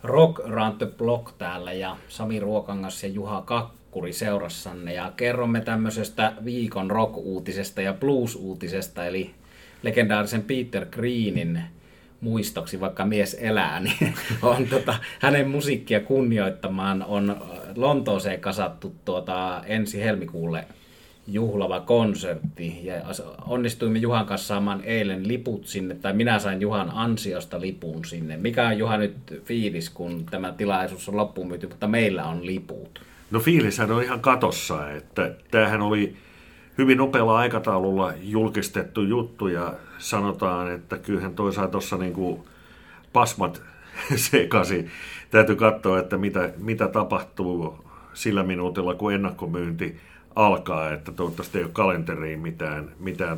Rock Around the Block täällä ja Sami Ruokangas ja Juha Kakkuri seurassanne ja kerromme tämmöisestä viikon rock-uutisesta ja blues-uutisesta, eli legendaarisen Peter Greenin muistoksi, vaikka mies elää, niin on hänen musiikkia kunnioittamaan on Lontooseen kasattu ensi helmikuulle juhlava konsertti ja onnistuimme Juhan kanssa saamaan eilen liput sinne, tai minä sain Juhan ansiosta lipun sinne. Mikä on Juha nyt fiilis, kun tämä tilaisuus on loppuun myyty, mutta meillä on liput? No fiilishän on ihan katossa, että tämähän oli hyvin nopealla aikataululla julkistettu juttu ja sanotaan, että kyllähän toisaalta tuossa niinku pasmat sekaisin. Täytyy katsoa, että mitä tapahtuu sillä minuutilla, kun ennakkomyynti alkaa, että toivottavasti ei ole kalenteriin mitään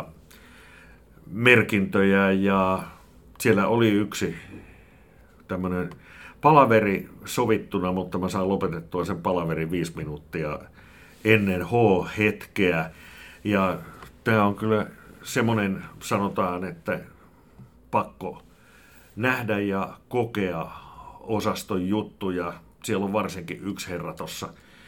merkintöjä ja siellä oli yksi tämmöinen palaveri sovittuna, mutta mä saan lopetettua sen palaverin 5 minuuttia ennen H-hetkeä ja tämä on kyllä semmoinen, sanotaan, että pakko nähdä ja kokea osaston juttuja. Siellä on varsinkin yksi herra tuossa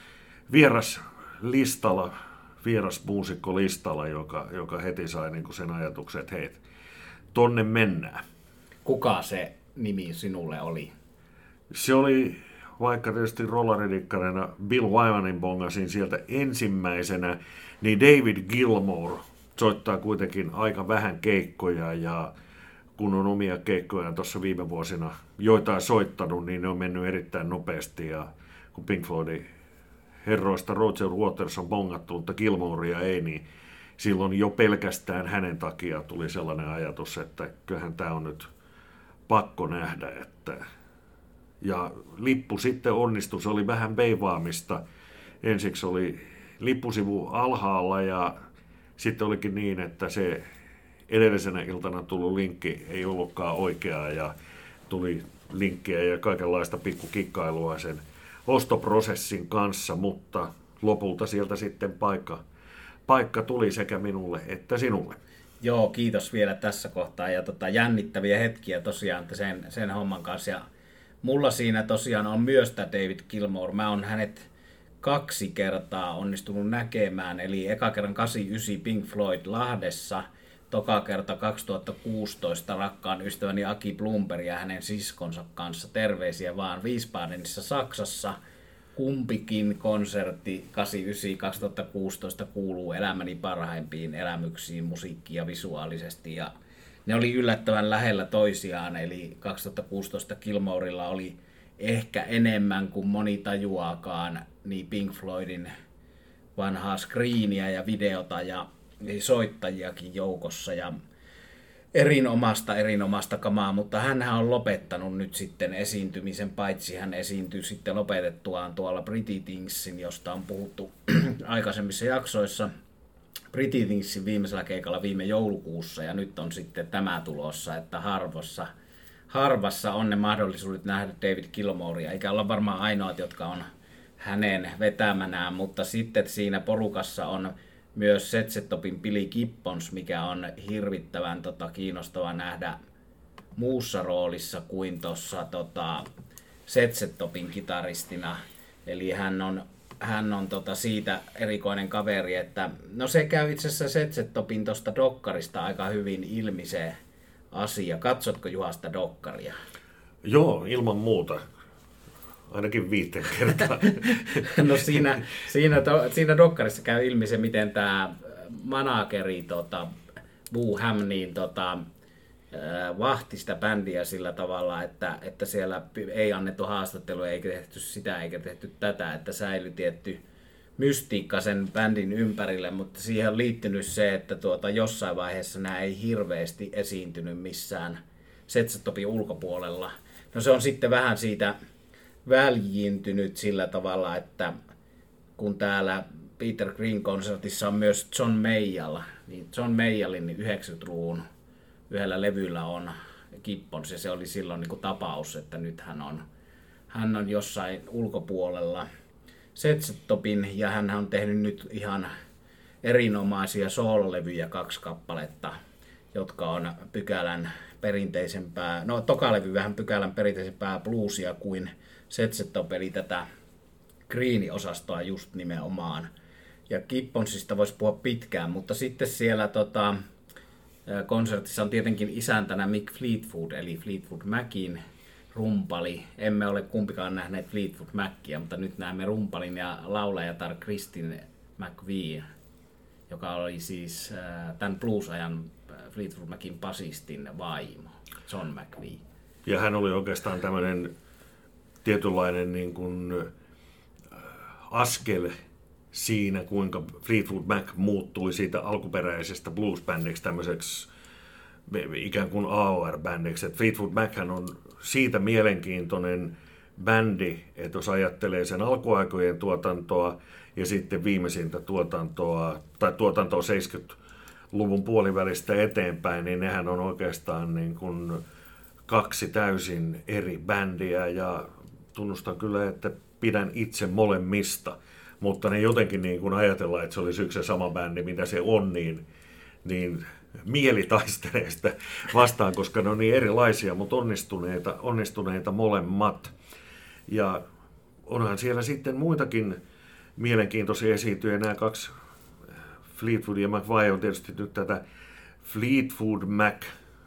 vierasmuusikkolistalla, joka heti sai niin sen ajatuksen, että hei, tonne mennään. Kuka se nimi sinulle oli? Se oli, vaikka tietysti rollaridikkarina Bill Wymanin bongasin sieltä ensimmäisenä, niin David Gilmour soittaa kuitenkin aika vähän keikkoja ja kun on omia keikkoja tuossa viime vuosina joitain soittanut, niin ne on mennyt erittäin nopeasti ja kun Pink Floydin herroista Roger Waters on bongattu, mutta Gilmouria ei, niin silloin jo pelkästään hänen takia tuli sellainen ajatus, että kyllähän tämä on nyt pakko nähdä. Ja lippu sitten onnistui, se oli vähän veivaamista. Ensiksi oli lippusivu alhaalla ja sitten olikin niin, että se edellisenä iltana tullut linkki ei ollutkaan oikeaa ja tuli linkkiä ja kaikenlaista pikkukikkailua sen ostoprosessin kanssa, mutta lopulta sieltä sitten paikka tuli sekä minulle että sinulle. Joo, kiitos vielä tässä kohtaa ja jännittäviä hetkiä tosiaan sen homman kanssa ja mulla siinä tosiaan on myös tämä David Gilmour. Mä oon hänet 2 kertaa onnistunut näkemään, eli eka kerran 89 Pink Floyd Lahdessa, toka kerta 2016 rakkaan ystäväni Aki Blumberg ja hänen siskonsa kanssa. Terveisiä vaan Wiesbadenissa Saksassa. Kumpikin konsertti 89-2016 kuuluu elämäni parhaimpiin elämyksiin musiikkia ja visuaalisesti. Ja ne oli yllättävän lähellä toisiaan, eli 2016 Gilmourilla oli ehkä enemmän kuin moni tajuaakaan niin Pink Floydin vanhaa screeniä ja videota ja soittajiakin joukossa ja erinomaista kamaa, mutta hänhän on lopettanut nyt sitten esiintymisen, paitsi hän esiintyi sitten lopetettuaan tuolla Pretty Thingsin, josta on puhuttu aikaisemmissa jaksoissa. Pretty Thingsin viimeisellä keikalla viime joulukuussa ja nyt on sitten tämä tulossa, että harvassa on ne mahdollisuudet nähdä David Gilmouria, eikä olla varmaan ainoat, jotka on hänen vetämänään, mutta sitten siinä porukassa on myös Setsetopin Billy Gibbons, mikä on hirvittävän kiinnostava nähdä muussa roolissa kuin tuossa Setsetopin kitaristina. Eli hän on siitä erikoinen kaveri, että no se käy itse asiassa Setsetopin tuosta dokkarista aika hyvin ilmi se asia. Katsotko Juha sitä dokkaria? Joo, ilman muuta. Ainakin 5 kertaa. No siinä dokkarissa käy ilmi se, miten tämä manageri Boo Ham niin, vahti sitä bändiä sillä tavalla, että siellä ei annettu haastattelua eikä tehty sitä eikä tehty tätä, että säilyi tietty mystiikka sen bändin ympärille, mutta siihen on liittynyt se, että jossain vaiheessa nämä ei hirveästi esiintynyt missään Setsetopin ulkopuolella. No se on sitten vähän siitä väljintynyt sillä tavalla, että kun täällä Peter Green-konsertissa on myös John Mayall, niin John Mayallin 90-luvun yhdellä levyllä on Gibbons, ja se oli silloin niin kuin tapaus, että nyt hän on jossain ulkopuolella Setsetopin, ja hän on tehnyt nyt ihan erinomaisia soololevyjä 2 kappaletta, jotka on perinteisempää, no toka levy vähän pykälän perinteisempää bluesia kuin Set Top, eli tätä Green-osastoa just nimenomaan. Ja Gibbonsista voisi puhua pitkään, mutta sitten siellä konsertissa on tietenkin isäntänä Mick Fleetwood, eli Fleetwood Macin rumpali. Emme ole kumpikaan nähneet Fleetwood Macia, mutta nyt näemme rumpalin ja laulajatar Kristin McVie, joka oli siis tämän blues-ajan Fleetwood Macin basistin vaimo, John McVie. Ja hän oli oikeastaan tämmöinen tietynlainen niin kuin askel siinä, kuinka Fleetwood Mac muuttui siitä alkuperäisestä blues-bändiksi tämmöiseksi ikään kuin AOR-bändiksi. Et Fleetwood Mac on siitä mielenkiintoinen bändi, että jos ajattelee sen alkuaikojen tuotantoa ja sitten viimeisintä tuotantoa, tai tuotantoa 70-luvun puolivälistä eteenpäin, niin nehän on oikeastaan niin kuin kaksi täysin eri bändiä, ja tunnustan kyllä, että pidän itse molemmista, mutta ne jotenkin niin kuin ajatellaan, että se olisi yksi ja sama bändi, mitä se on, niin mieli taistelee sitä vastaan, koska ne on niin erilaisia, mutta onnistuneita molemmat. Ja onhan siellä sitten muitakin mielenkiintoisia esiintyjä. Nämä kaksi, Fleetwood ja McVie, on tietysti nyt tätä Fleetwood Mac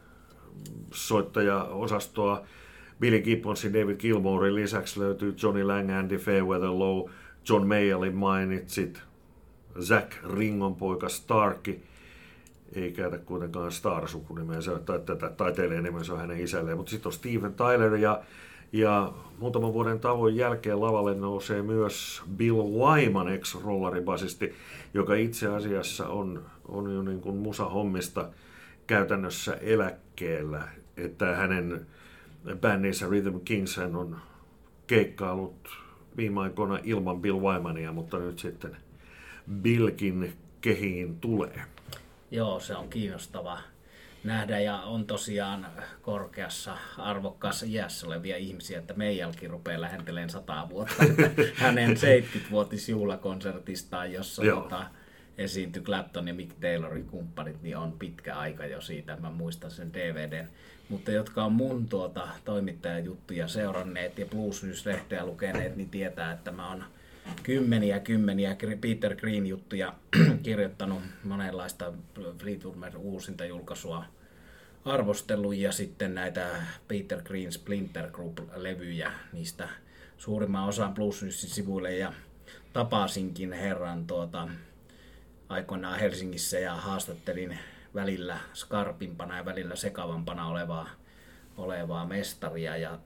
soittaja-osastoa. Billy Gibbonsin, David Gilmourin lisäksi löytyy Johnny Lang, Andy Fairweather, Lowe, John Mayallin mainitsit, Zach Ringon poika Starkki, ei käytä kuitenkaan Star-sukunimeä, tätä taiteilijan se on hänen isälleen, mutta sitten on Steven Tyler ja muutaman vuoden tauon jälkeen lavalle nousee myös Bill Wyman, ex-rollaribasisti, joka itse asiassa on jo niin kuin musahommista käytännössä eläkkeellä, että hänen bändissä Rhythm Kings on keikkaillut viime aikoina ilman Bill Wymania, mutta nyt sitten Billkin kehiin tulee. Joo, se on kiinnostava nähdä ja on tosiaan korkeassa arvokkaassa iässä olevia ihmisiä, että meidänkin rupeaa lähentelemään 100 vuotta hänen 70-vuotisjuhlakonsertistaan, jossa esiintyi Clapton ja Mick Taylorin kumppanit, niin on pitkä aika jo siitä, mä muistan sen DVDn. Mutta jotka on mun toimittajajuttuja seuranneet ja Blues News-lehteä lukeneet, niin tietää, että mä oon kymmeniä Peter Green-juttuja kirjoittanut, monenlaista Fleetwood Mac uusinta julkaisua arvostellut ja sitten näitä Peter Green Splinter Group-levyjä, niistä suurimman osan Blues Newsin sivuille, ja tapasinkin herran aikoinaan Helsingissä ja haastattelin välillä skarpimpana ja välillä sekavampana olevaa mestaria, ja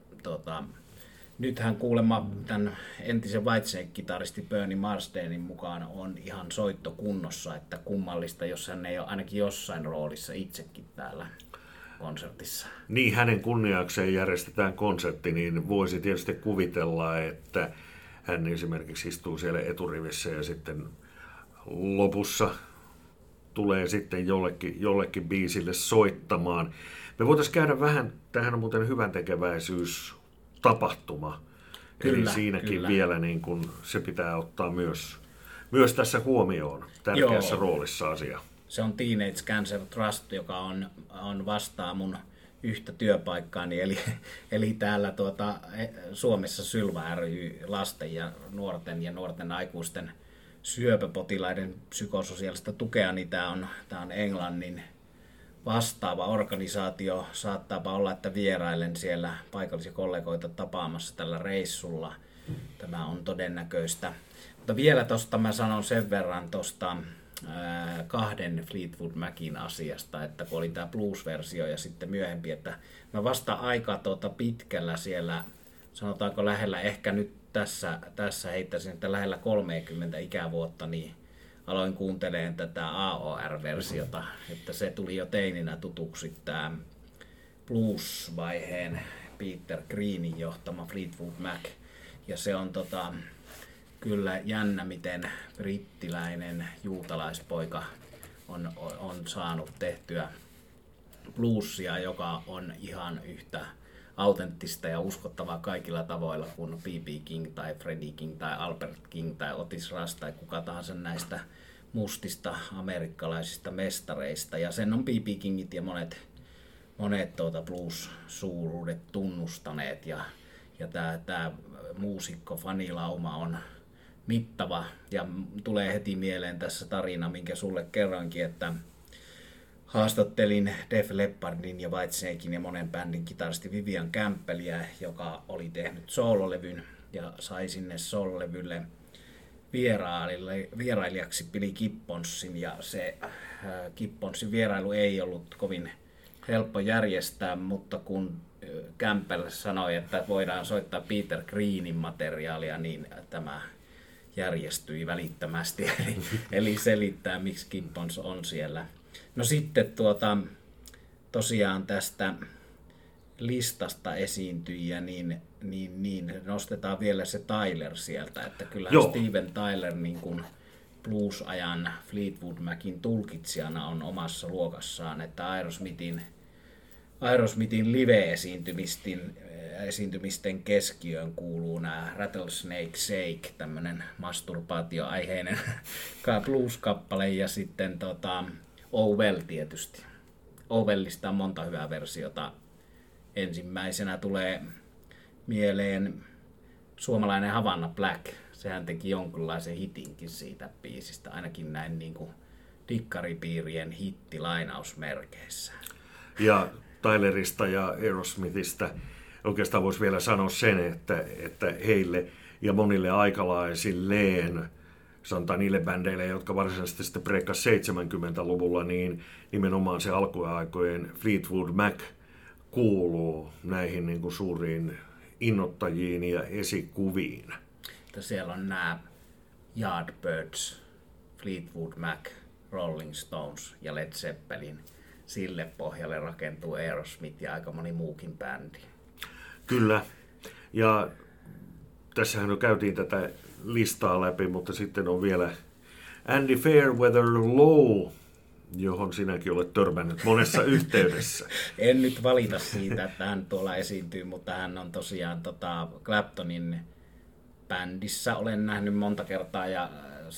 nythän kuulemma tämän entisen Whitesnake-kitaristi Bernie Marsdenin mukaan on ihan soittokunnossa, että kummallista, jos hän ei ole ainakin jossain roolissa itsekin täällä konsertissa. Niin, hänen kunniakseen järjestetään konsertti, niin voisi tietysti kuvitella, että hän esimerkiksi istuu siellä eturivissä ja sitten lopussa tulee sitten jollekin biisille soittamaan. Me voitaisiin käydä vähän, tähän on muuten hyväntekeväisyystapahtuma. Eli siinäkin vielä niin kun se pitää ottaa myös tässä huomioon tärkeässä roolissa asia. Se on Teenage Cancer Trust, joka on vastaa mun yhtä työpaikkaani, eli täällä Suomessa Sylva ry, lasten ja nuorten aikuisten syöpäpotilaiden psykososiaalista tukea, niin tämä on Englannin vastaava organisaatio. Saattaapa olla, että vierailen siellä paikallisia kollegoita tapaamassa tällä reissulla. Tämä on todennäköistä. Mutta vielä tuosta mä sanon sen verran tuosta kahden Fleetwood Macin asiasta, että kun oli tämä blues-versio ja sitten myöhempi, että mä vasta aika pitkällä siellä, sanotaanko lähellä, ehkä nyt tässä heittäisin, että lähellä 30 ikävuotta, niin aloin kuuntelemaan tätä AOR-versiota, että se tuli jo teininä tutuksi, tämä blues-vaiheen Peter Greenin johtama Fleetwood Mac, ja se on kyllä jännä, miten brittiläinen juutalaispoika on saanut tehtyä bluesia, joka on ihan yhtä autenttista ja uskottavaa kaikilla tavoilla kuin B.B. King tai Freddie King tai Albert King tai Otis Rush tai kuka tahansa näistä mustista amerikkalaisista mestareista. Ja sen on B.B. Kingit ja monet blues-suuruudet tunnustaneet ja tämä muusikko fanilauma on mittava ja tulee heti mieleen tässä tarina, minkä sulle kerrankin, että haastattelin Def Leppardin ja Whitesnakein ja monen bändin kitaristi Vivian Campbellia, joka oli tehnyt soololevyn ja sai sinne soololevylle vierailijaksi Billy Gibbonsin, ja se Gibbonsin vierailu ei ollut kovin helppo järjestää, mutta kun Campbell sanoi, että voidaan soittaa Peter Greenin materiaalia, niin tämä järjestyi välittömästi, eli selittää, miksi Gibbons on siellä. No sitten tosiaan tästä listasta esiintyjiä, niin nostetaan vielä se Tyler sieltä, että kyllähän Steven Tyler niin kuin blues-ajan Fleetwood Macin tulkitsijana on omassa luokassaan, että Aerosmithin live-esiintymisten keskiöön kuuluu nämä Rattlesnake Shake, tämmöinen masturbaatioaiheinen blues-kappale, ja sitten Oh Well tietysti. Oh Wellista on monta hyvää versiota. Ensimmäisenä tulee mieleen suomalainen Havana Black. Sehän teki jonkinlaisen hitinkin siitä biisistä, ainakin näin niin kuin dikkaripiirien hitti lainausmerkeissä. Ja Tylerista ja Aerosmithistä oikeastaan voisi vielä sanoa sen, että heille ja monille aikalaisilleen, sanotaan niille bändeille, jotka varsinaisesti sitten breikkasi 70-luvulla, niin nimenomaan se alkuaikojen Fleetwood Mac kuuluu näihin niin kuin suuriin innoittajiin ja esikuviin. Siellä on nämä Yardbirds, Fleetwood Mac, Rolling Stones ja Led Zeppelin. Sille pohjalle rakentuu Aerosmith ja aika moni muukin bändi. Kyllä. Ja tässähän käytiin tätä listaa läpi, mutta sitten on vielä Andy Fairweather Low, johon sinäkin olet törmännyt monessa yhteydessä. En nyt valita siitä, että hän tuolla esiintyy, mutta hän on tosiaan Claptonin bändissä. Olen nähnyt monta kertaa ja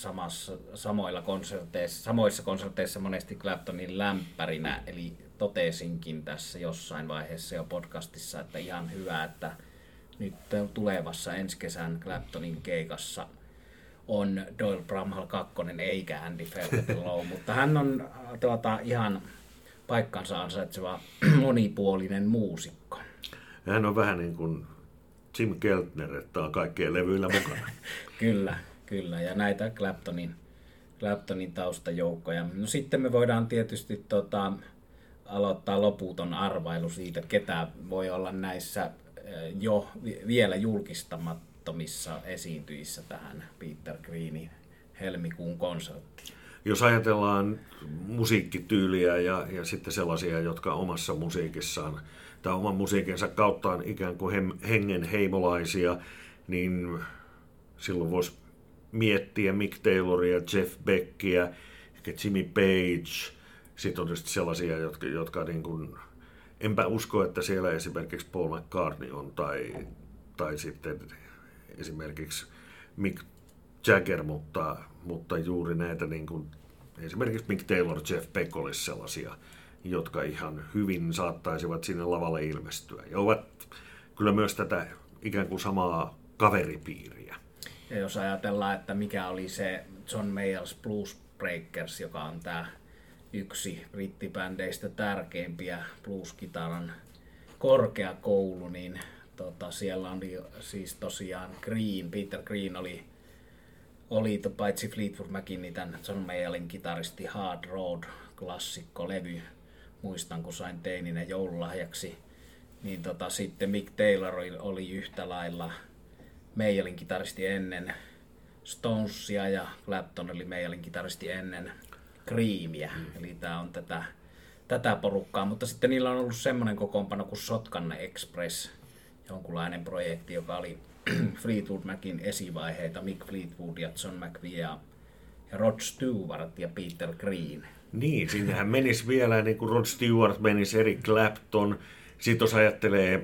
samoissa konserteissa monesti Claptonin lämpärinä, eli totesinkin tässä jossain vaiheessa jo podcastissa, että ihan hyvä, että nyt tulevassa ensi kesän Claptonin keikassa on Doyle Bramhall 2 eikä Andy Fairweather Low, mutta hän on ihan paikkansa ansaitseva monipuolinen muusikko. Hän on vähän niin kuin Jim Keltner, että on kaikkien levyillä mukana. Kyllä, ja näitä Claptonin taustajoukkoja. No sitten me voidaan tietysti aloittaa loputon arvailu siitä, ketä voi olla näissä jo vielä julkistamattomissa esiintyjissä tähän Peter Greenin helmikuun konserttiin. Jos ajatellaan musiikkityyliä ja sitten sellaisia, jotka omassa musiikissaan tai oman musiikinsa kauttaan ikään kuin hengenheimolaisia, niin silloin voisi miettiä Mick Tayloria, Jeff Beckia, ehkä Jimmy Page. Sitten on just sellaisia, jotka niin kuin, enpä usko, että siellä esimerkiksi Paul McCartney on tai sitten esimerkiksi Mick Jagger, mutta juuri näitä niin kuin, esimerkiksi Mick Taylor, Jeff Beck olisi sellaisia, jotka ihan hyvin saattaisivat sinne lavalle ilmestyä. Ja ovat kyllä myös tätä ikään kuin samaa kaveripiiriä. Ja jos ajatellaan, että mikä oli se John Mayall's Blues Breakers, joka on tämä yksi brittibändeistä tärkeimpiä blueskitaran korkeakoulu, niin siellä oli siis tosiaan Peter Green oli paitsi Fleetwood Macin, niin tämän John Mayallin kitaristi Hard Road -klassikkolevy. Muistan, kun sain teininä joululahjaksi. Niin sitten Mick Taylor oli yhtä lailla Mayallin kitaristi ennen Stonesia ja Clapton oli Mayallin kitaristi ennen Creamia. Eli tämä on tätä porukkaa, mutta sitten niillä on ollut semmoinen kokoonpano kuin Shotgun Express, jonkunlainen projekti, joka oli Fleetwood Macin esivaiheita, Mick Fleetwood ja John McVie ja Rod Stewart ja Peter Green. Niin, sinnehän menisi vielä, niin kuin Rod Stewart menisi, Eric Clapton. Sitten jos ajattelee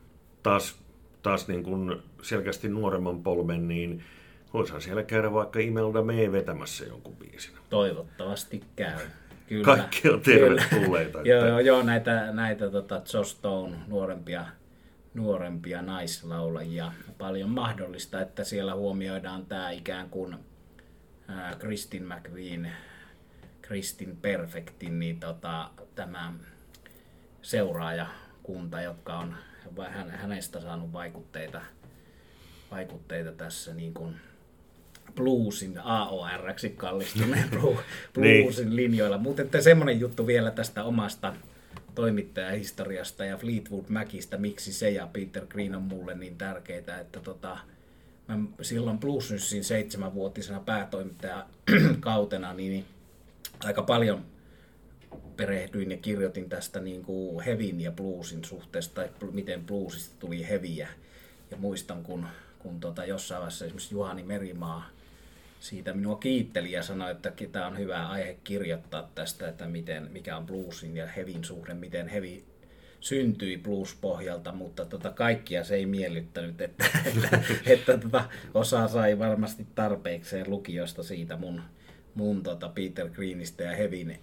taas niin kuin selkeästi nuoremman polven, niin voisihan siellä käydä vaikka Imelda May vetämässä jonkun biisin. Toivottavasti käy. Kyllä, kaikki on tervetulleita. Joo, näitä Joss Stone, nuorempia naislaulajia. Paljon mahdollista, että siellä huomioidaan tämä ikään kuin Kristin McVien, Kristin Perfectin, niin tämä seuraajakunta, jotka on hänestä saanut vaikutteita tässä niin kuin bluesin AOR-ksi kallistuneen bluesin linjoilla. Mutta semmoinen juttu vielä tästä omasta toimittajahistoriasta ja Fleetwood Macistä, miksi se ja Peter Green on mulle niin tärkeitä, että mä silloin Bluesnyssin 7-vuotisena päätoimittajakautena niin aika paljon perehdyin ja kirjoitin tästä niin kuin heavyn ja bluesin suhteesta, tai miten bluesista tuli heavyä. Ja muistan, kun jossain vaiheessa esimerkiksi Juhani Merimaa siitä minua kiitteli ja sanoi, että tämä on hyvä aihe kirjoittaa tästä, että mikä on bluesin ja heavyn suhde, miten heavy syntyi blues-pohjalta, mutta kaikkia se ei miellyttänyt, että osa sai varmasti tarpeikseen lukijoista siitä mun Peter Greenistä ja heavyn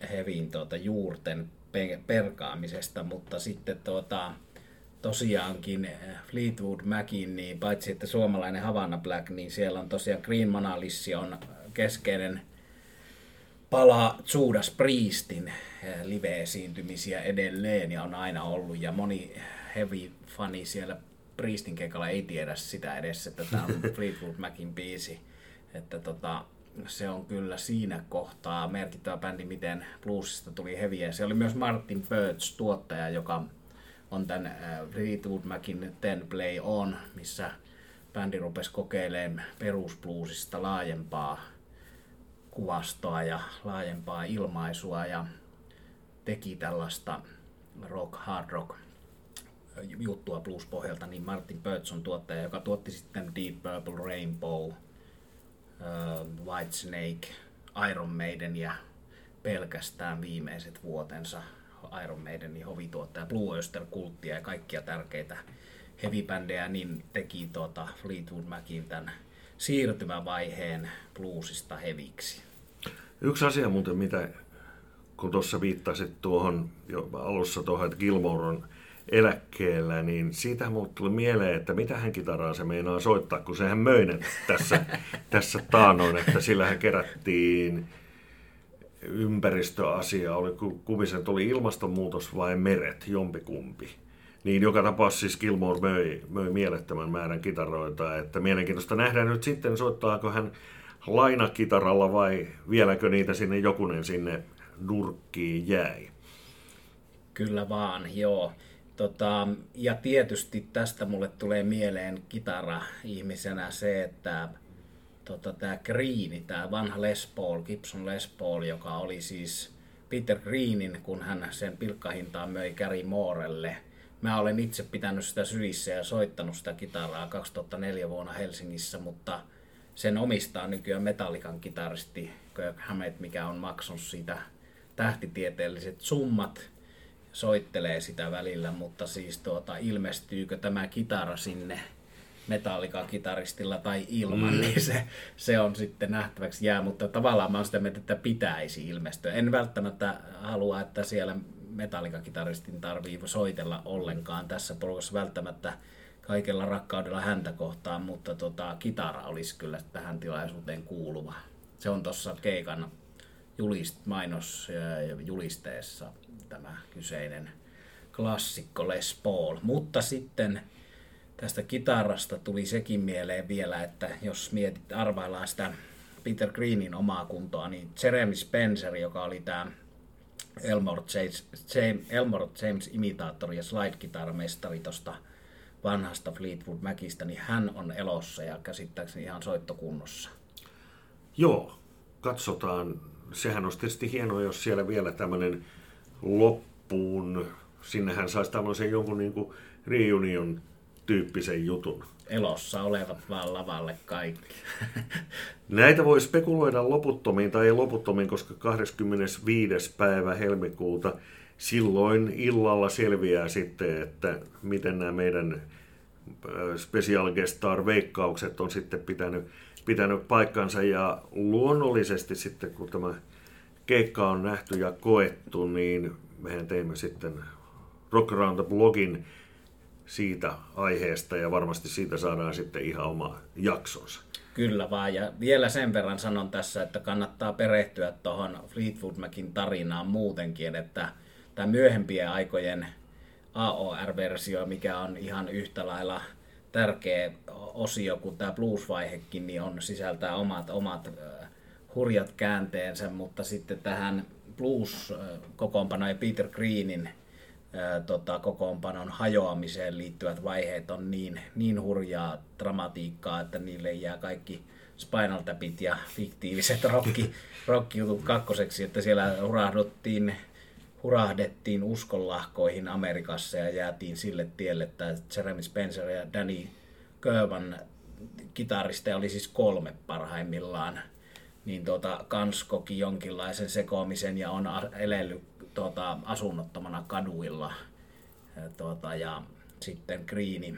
juurten perkaamisesta, mutta sitten tosiaankin Fleetwood Macin, niin paitsi että suomalainen Havana Black, niin siellä on tosiaan Green Manalissi on keskeinen pala Judas Priestin live-esiintymisiä edelleen ja on aina ollut, ja moni heavy-fani siellä Priestin keikalla ei tiedä sitä edes, että tämä on Fleetwood Macin biisi, että se on kyllä siinä kohtaa merkittävä bändi, miten bluesista tuli heavyä. Se oli myös Martin Birch, tuottaja, joka on tämän Fleetwood Macin Ten Play On, missä bändi rupesi kokeilemaan perusbluesista laajempaa kuvastoa ja laajempaa ilmaisua ja teki tällaista hard rock juttua blues-pohjalta, niin Martin Birch on tuottaja, joka tuotti sitten Deep Purple, Rainbow, Whitesnake, Iron Maiden ja pelkästään viimeiset vuotensa Iron Maidenin hovituottaja, Blue Oyster-kulttia ja kaikkia tärkeitä heavy-bändejä, niin teki Fleetwood Macin tämän siirtymävaiheen bluesista heaviksi. Yksi asia muuten, mitä kun tuossa viittasit tuohon jo alussa tuohon, että Gilmour on eläkkeellä, niin siitä mulle tuli mieleen, että mitähän kitaraa se meinaa soittaa, kun sehän möi ne tässä taannoin, että sillähän kerättiin ympäristöasia, oli kumisen tuli ilmastonmuutos vai meret, jompikumpi. Niin joka tapauksessa siis Gilmour möi mielettömän määrän kitaroita, että mielenkiintoista nähdään nyt sitten, soittaako hän lainakitaralla vai vieläkö niitä sinne jokunen sinne nurkkiin jäi. Kyllä vaan, joo. Ja tietysti tästä mulle tulee mieleen kitara-ihmisenä se, että tämä Greeni, tämä vanha Les Paul, Gibson Les Paul, joka oli siis Peter Greenin, kun hän sen pilkkahintaan möi Gary Moorelle. Mä olen itse pitänyt sitä sylissä ja soittanut sitä kitaraa 2004 vuonna Helsingissä, mutta sen omistaa nykyään Metallican kitaristi Kirk Hammett, mikä on maksanut siitä tähtitieteelliset summat. Soittelee sitä välillä, mutta siis ilmestyykö tämä kitara sinne Metallica-kitaristilla tai ilman, niin se on sitten nähtäväksi jää, mutta tavallaan mä oon sitä mieltä, että pitäisi ilmestyä. En välttämättä halua, että siellä Metallica-kitaristin tarvii soitella ollenkaan tässä porukassa välttämättä kaikella rakkaudella häntä kohtaan, mutta kitara olisi kyllä tähän tilaisuuteen kuuluva. Se on tuossa keikan mainosjulisteessa tämä kyseinen klassikko Les Paul. Mutta sitten tästä kitarasta tuli sekin mieleen vielä, että jos arvaillaan sitä Peter Greenin omaa kuntoa, niin Jeremy Spencer, joka oli tämä Elmore James imitaattori ja slide-kitaramestari tuosta vanhasta Fleetwood Macista, niin hän on elossa ja käsittääkseni ihan soittokunnossa. Joo, katsotaan. Sehän olisi tietysti hienoa, jos siellä vielä tämmöinen loppuun, sinnehän saisi tämmöisen jonkun niin kuin reunion-tyyppisen jutun. Elossa olevat vaan lavalle kaikki. Näitä voi spekuloida loputtomiin tai ei loputtomiin, koska 25. päivä helmikuuta silloin illalla selviää sitten, että miten nämä meidän Special Guest Star-veikkaukset on sitten pitänyt paikkansa, ja luonnollisesti sitten kun tämä keikka on nähty ja koettu, niin mehän teimme sitten Rock Around the Blogin siitä aiheesta ja varmasti siitä saadaan sitten ihan oma jaksonsa. Kyllä vaan, ja vielä sen verran sanon tässä, että kannattaa perehtyä tuohon Fleetwood Macin tarinaan muutenkin, että tämä myöhempien aikojen AOR-versio, mikä on ihan yhtä lailla tärkeä osio kuin tämä blues-vaihekin, niin sisältää omat hurjat käänteensä, mutta sitten tähän blues-kokoonpanoon ja Peter Greenin kokoonpanon hajoamiseen liittyvät vaiheet on niin hurjaa dramatiikkaa, että niille jää kaikki Spinal Tapit ja fiktiiviset rock-jutut kakkoseksi, että siellä hurahdettiin uskonlahkoihin Amerikassa ja jäätiin sille tielle, että Jeremy Spencer ja Danny Kirwan kitaristeja oli siis 3 parhaimmillaan, niin kans koki jonkinlaisen sekoamisen ja on elellyt asunnottomana kaduilla. Ja sitten Greeni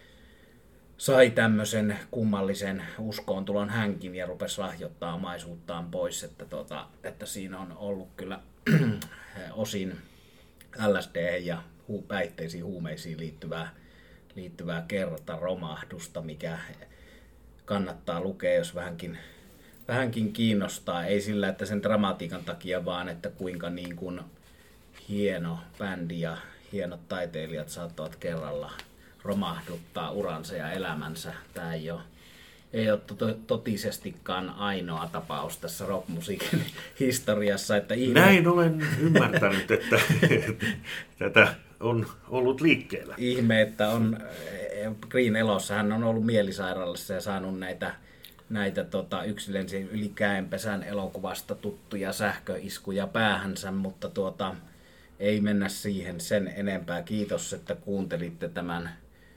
sai tämmöisen kummallisen uskoontulon hänkin ja rupesi lahjoittaa omaisuuttaan pois, että siinä on ollut kyllä osin LSD ja päihteisiin, huumeisiin liittyvää kertaromahdusta, mikä kannattaa lukea, jos vähänkin kiinnostaa. Ei sillä, että sen dramatiikan takia, vaan että kuinka niin kuin hieno bändi ja hienot taiteilijat saattavat kerralla romahduttaa uransa ja elämänsä. Tämä ei ole totisestikaan ainoa tapaus tässä rockmusiikin historiassa. Että näin olen ymmärtänyt, että tätä on ollut liikkeellä. Ihme, että on Green elossa. Hän on ollut mielisairaalassa ja saanut näitä yksilöllisen yli käenpesän elokuvasta tuttuja sähköiskuja päähänsä, mutta ei mennä siihen sen enempää. Kiitos, että kuuntelitte tämän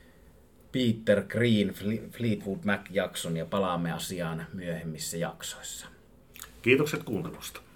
Peter Green Fleetwood Mac-jakson ja palaamme asiaan myöhemmissä jaksoissa. Kiitokset kuuntelusta.